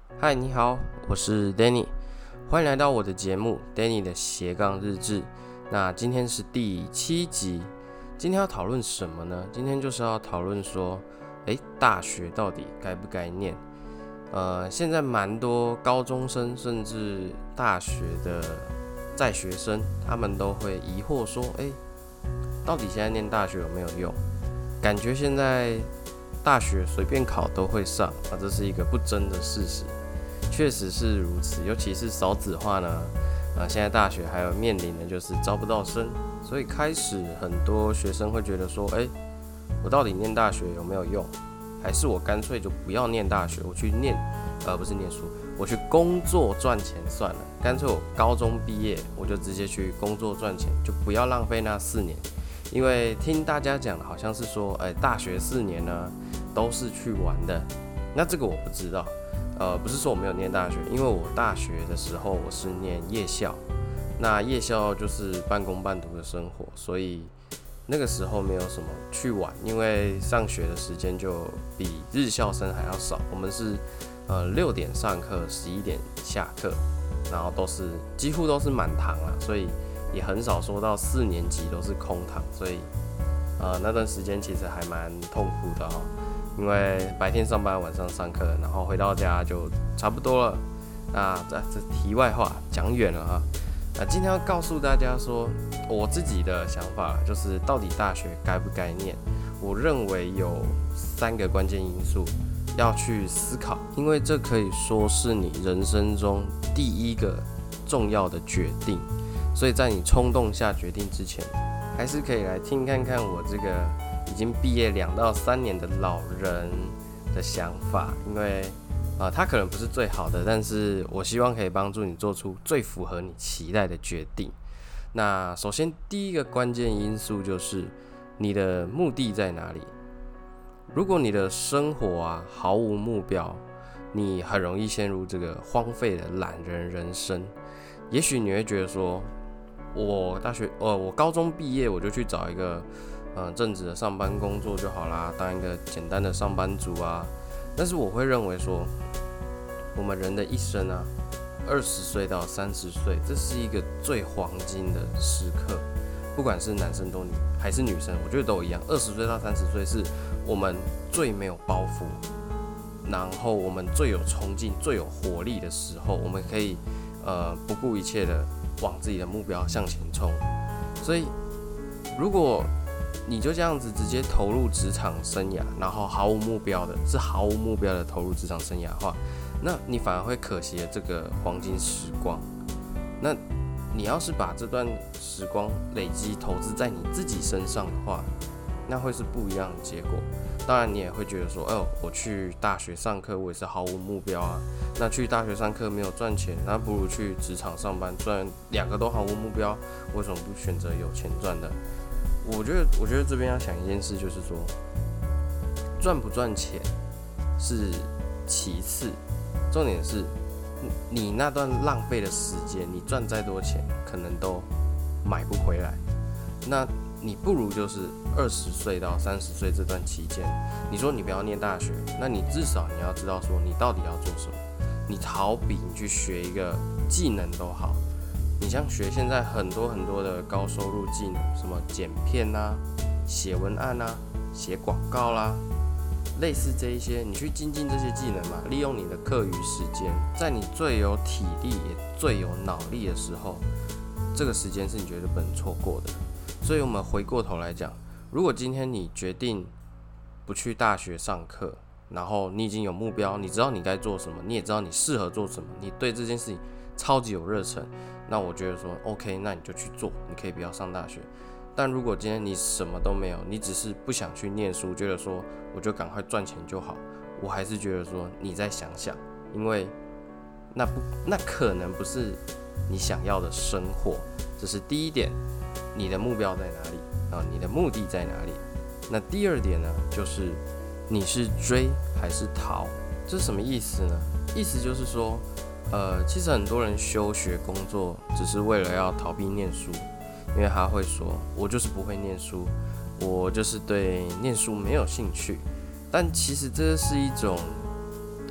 嗨，你好，我是 Danny，欢迎来到我的节目 Danny 的斜杠日志。那今天是第7集，今天要讨论什么呢？今天就是要讨论说，大学到底该不该念？现在蛮多高中生甚至大学的在学生，他们都会疑惑说，到底现在念大学有没有用？感觉现在大学随便考都会上啊，这是一个不争的事实。确实是如此，尤其是少子化呢，现在大学还有面临的就是招不到生，所以开始很多学生会觉得说，我到底念大学有没有用？还是我干脆就不要念大学，我去不是念书，我去工作赚钱算了，干脆我高中毕业我就直接去工作赚钱，就不要浪费那4年。因为听大家讲的好像是说，大学4年呢都是去玩的，那这个我不知道。不是说我没有念大学，因为我大学的时候我是念夜校，那夜校就是半工半读的生活，所以那个时候没有什么去玩，因为上学的时间就比日校生还要少。我们是6点上课，11点下课，然后几乎都是满堂啦，所以也很少说到4年级都是空堂，所以那段时间其实还蛮痛苦的哦。因为白天上班，晚上上课，然后回到家就差不多了。那这题外话讲远了哈。今天要告诉大家说，我自己的想法就是到底大学该不该念？我认为有3个关键因素要去思考，因为这可以说是你人生中第一个重要的决定。所以在你冲动下决定之前，还是可以来听看看我这个已经毕业2到3年的老人的想法，因为他可能不是最好的，但是我希望可以帮助你做出最符合你期待的决定。那首先第一个关键因素就是你的目的在哪里。如果你的生活毫无目标，你很容易陷入这个荒废的懒人人生。也许你会觉得说，我高中毕业我就去找一个正职的上班工作就好啦，当一个简单的上班族啊。但是我会认为说，我们人的一生20岁到30岁，这是一个最黄金的时刻，不管是男生还是女生，我觉得都一样。20岁到30岁是我们最没有包袱，然后我们最有冲劲、最有活力的时候，我们可以不顾一切的往自己的目标向前冲。所以，如果你就这样子直接投入职场生涯，然后毫无目标的投入职场生涯的话，那你反而会可惜了这个黄金时光。那你要是把这段时光累积投资在你自己身上的话，那会是不一样的结果。当然你也会觉得说，我去大学上课我也是毫无目标啊，那去大学上课没有赚钱，那不如去职场上班，虽然2个都毫无目标，为什么不选择有钱赚的？我觉得这边要想一件事，就是说，赚不赚钱是其次，重点是你那段浪费的时间，你赚再多钱可能都买不回来。那你不如就是20岁到30岁这段期间，你说你不要念大学，那你至少你要知道说你到底要做什么。你好比你去学一个技能都好。你像学现在很多的高收入技能，什么剪片写文案写广告啦，类似这一些，你去精进这些技能嘛，利用你的课余时间，在你最有体力也最有脑力的时候，这个时间是你绝对不能错过的。所以我们回过头来讲，如果今天你决定不去大学上课，然后你已经有目标，你知道你该做什么，你也知道你适合做什么，你对这件事情超级有热忱，那我觉得说 OK， 那你就去做，你可以不要上大学。但如果今天你什么都没有，你只是不想去念书，觉得说我就赶快赚钱就好，我还是觉得说你再想想，因为那可能不是你想要的生活。这是第一点，你的目标在哪里你的目的在哪里？那第2点呢，就是你是追还是逃？这是什么意思呢？意思就是说，其实很多人休学工作只是为了要逃避念书，因为他会说，我就是不会念书，我就是对念书没有兴趣。但其实这是一种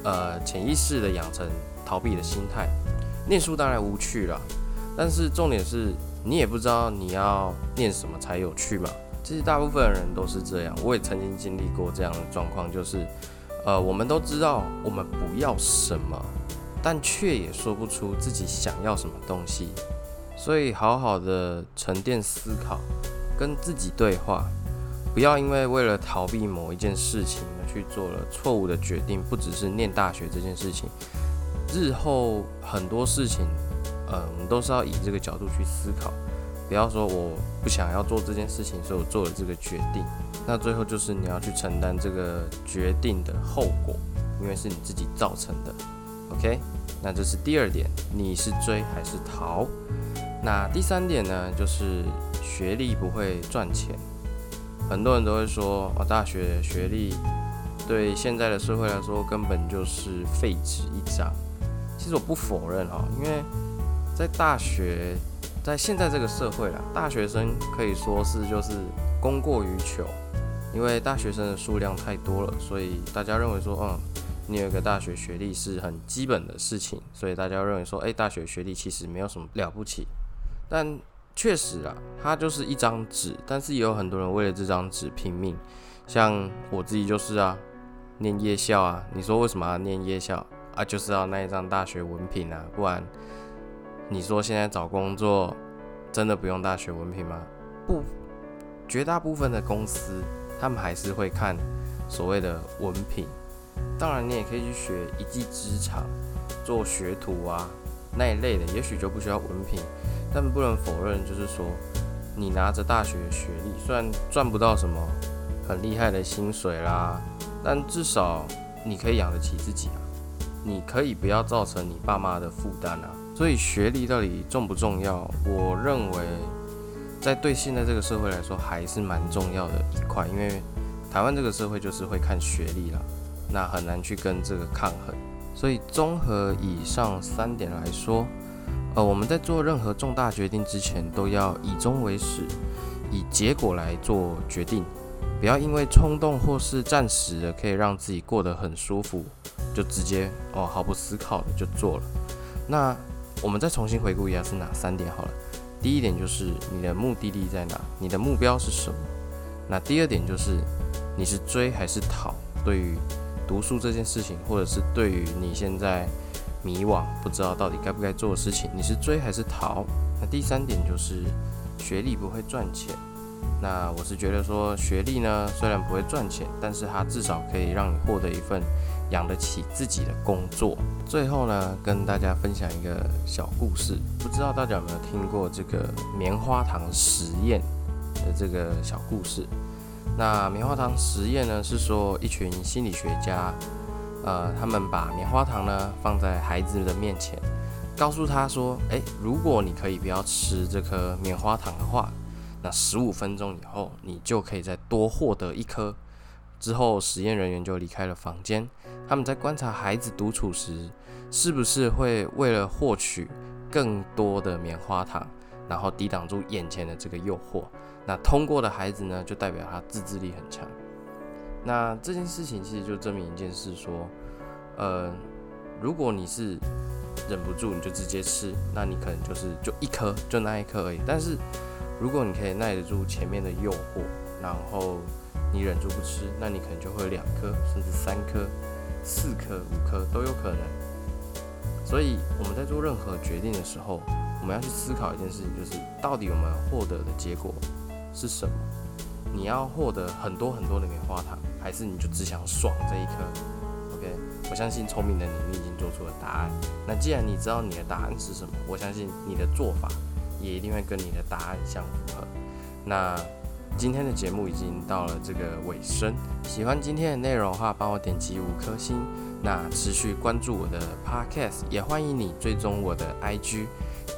潜意识的养成逃避的心态。念书当然无趣啦，但是重点是你也不知道你要念什么才有趣嘛。其实大部分的人都是这样，我也曾经经历过这样的状况，就是我们都知道我们不要什么，但却也说不出自己想要什么东西。所以好好的沉淀思考，跟自己对话，不要因为了逃避某一件事情而去做了错误的决定。不只是念大学这件事情，日后很多事情，我们都是要以这个角度去思考。不要说我不想要做这件事情，所以我做了这个决定。那最后就是你要去承担这个决定的后果，因为是你自己造成的。OK， 那这是第二点，你是追还是逃？那第三点呢，就是学历不会赚钱。很多人都会说，大学学历对现在的社会来说根本就是废纸一张。其实我不否认因为在大学，在现在这个社会啦，大学生可以说是就是供过于求，因为大学生的数量太多了，所以大家认为说，你有一个大学学历是很基本的事情，所以大家认为说，大学学历其实没有什么了不起。但确实啦，它就是一张纸，但是也有很多人为了这张纸拼命。像我自己就是念夜校啊，你说为什么要念夜校啊？就是要那一张大学文凭啊，不然你说现在找工作真的不用大学文凭吗？不，绝大部分的公司他们还是会看所谓的文凭。当然，你也可以去学一技之长，做学徒啊那一类的，也许就不需要文凭。但不能否认，就是说，你拿着大学学历，虽然赚不到什么很厉害的薪水啦，但至少你可以养得起自己啊，你可以不要造成你爸妈的负担啊。所以学历到底重不重要？我认为，在对现在这个社会来说，还是蛮重要的一块，因为台湾这个社会就是会看学历啦，那很难去跟这个抗衡。所以综合以上3点来说，我们在做任何重大决定之前，都要以终为始，以结果来做决定，不要因为冲动或是暂时的可以让自己过得很舒服，就直接毫不思考的就做了。那我们再重新回顾一下是哪3点好了。第一点就是你的目的地在哪，你的目标是什么。那第二点就是你是追还是逃，对于读书这件事情，或者是对于你现在迷惘不知道到底该不该做的事情，你是追还是逃。那第3点就是学历不会赚钱。那我是觉得说学历呢虽然不会赚钱，但是它至少可以让你获得一份养得起自己的工作。最后呢，跟大家分享一个小故事，不知道大家有没有听过这个棉花糖实验的这个小故事。那棉花糖实验呢，是说一群心理学家他们把棉花糖呢放在孩子的面前，告诉他说，如果你可以不要吃这颗棉花糖的话，那15分钟以后你就可以再多获得1颗。之后实验人员就离开了房间，他们在观察孩子独处时，是不是会为了获取更多的棉花糖，然后抵挡住眼前的这个诱惑。那通过的孩子呢，就代表他自制力很强。那这件事情其实就证明一件事说，如果你是忍不住你就直接吃，那你可能就1颗，就那1颗而已。但是如果你可以耐得住前面的诱惑，然后你忍住不吃，那你可能就会有2颗，甚至3颗、4颗、5颗都有可能。所以我们在做任何决定的时候，我们要去思考一件事情，就是到底我们获得的结果是什么？你要获得很多很多的棉花糖，还是你就只想爽这1颗 ？OK， 我相信聪明的你已经做出了答案。那既然你知道你的答案是什么，我相信你的做法也一定会跟你的答案相符合。那今天的节目已经到了这个尾声，喜欢今天的内容的话，帮我点击5颗星。那持续关注我的 Podcast， 也欢迎你追踪我的 IG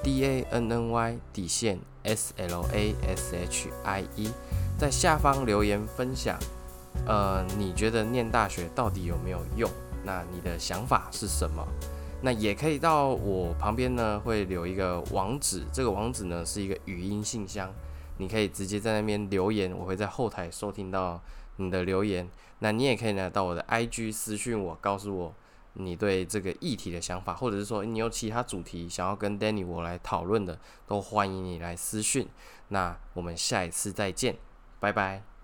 DANNY_SLASHIE， 在下方留言分享，你觉得念大学到底有没有用？那你的想法是什么？那也可以到我旁边呢，会留一个网址，这个网址呢是一个语音信箱，你可以直接在那边留言，我会在后台收听到你的留言。那你也可以呢到我的 IG 私讯我，告诉我你对这个议题的想法，或者是说你有其他主题想要跟 Danny 我来讨论的，都欢迎你来私讯。那我们下一次再见，拜拜。